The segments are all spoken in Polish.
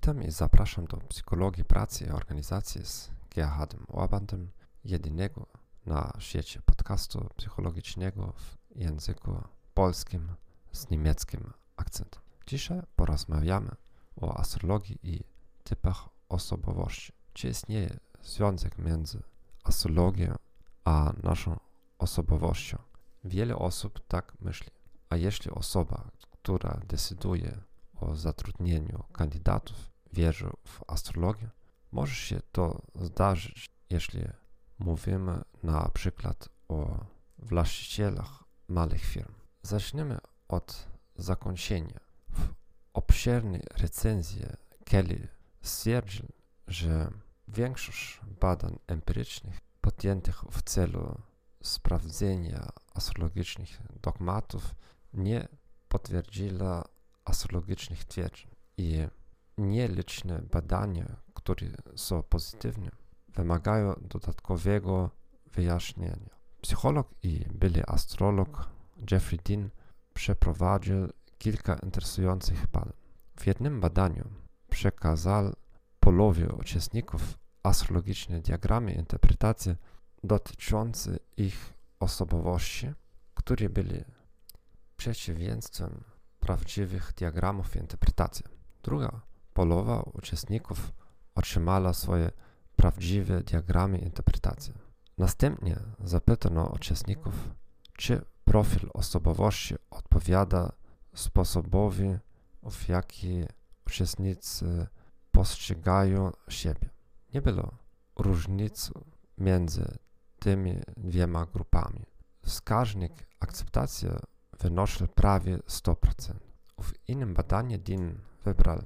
Witam i zapraszam do Psychologii Pracy i Organizacji z Gerhardem Orbantem, jedynego na świecie podcastu psychologicznego w języku polskim z niemieckim akcentem. Dzisiaj porozmawiamy o astrologii i typach osobowości. Czy istnieje związek między astrologią a naszą osobowością? Wiele osób tak myśli, a jeśli osoba, która decyduje o zatrudnieniu kandydatów, wierzy w astrologię, może się to zdarzyć, jeśli mówimy na przykład o właścicielach małych firm. Zaczniemy od zakończenia. W obszernej recenzji Kelly stwierdził, że większość badań empirycznych podjętych w celu sprawdzenia astrologicznych dogmatów nie potwierdziła astrologicznych twierdzeń i nieliczne badania, które są pozytywne, wymagają dodatkowego wyjaśnienia. Psycholog i były astrolog Jeffrey Dean przeprowadził kilka interesujących badań. W jednym badaniu przekazał połowie uczestników astrologiczne diagramy interpretacji dotyczące ich osobowości, które były przeciwieństwem prawdziwych diagramów interpretacji. Druga połowa uczestników otrzymała swoje prawdziwe diagramy interpretacji. Następnie zapytano uczestników, czy profil osobowości odpowiada sposobowi, w jaki uczestnicy postrzegają siebie. Nie było różnicy między tymi dwiema grupami. Wskaźnik akceptacji wynosił prawie 100%. W innym badaniu Dean wybrał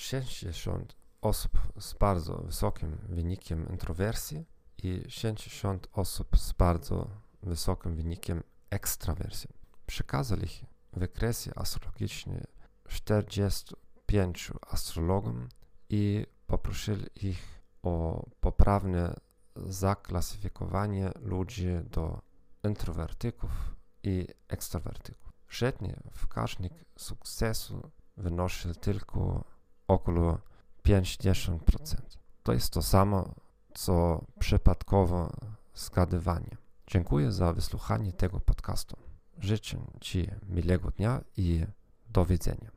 60 osób z bardzo wysokim wynikiem introwersji i 60 osób z bardzo wysokim wynikiem ekstrawersji. Przekazał ich wykresy astrologiczne 45 astrologom i poprosił ich o poprawne zaklasyfikowanie ludzi do introwertyków i ekstrawertyków. Średni wskaźnik sukcesu wynosił tylko około 50%. To jest to samo, co przypadkowe zgadywanie. Dziękuję za wysłuchanie tego podcastu. Życzę Ci miłego dnia i do widzenia.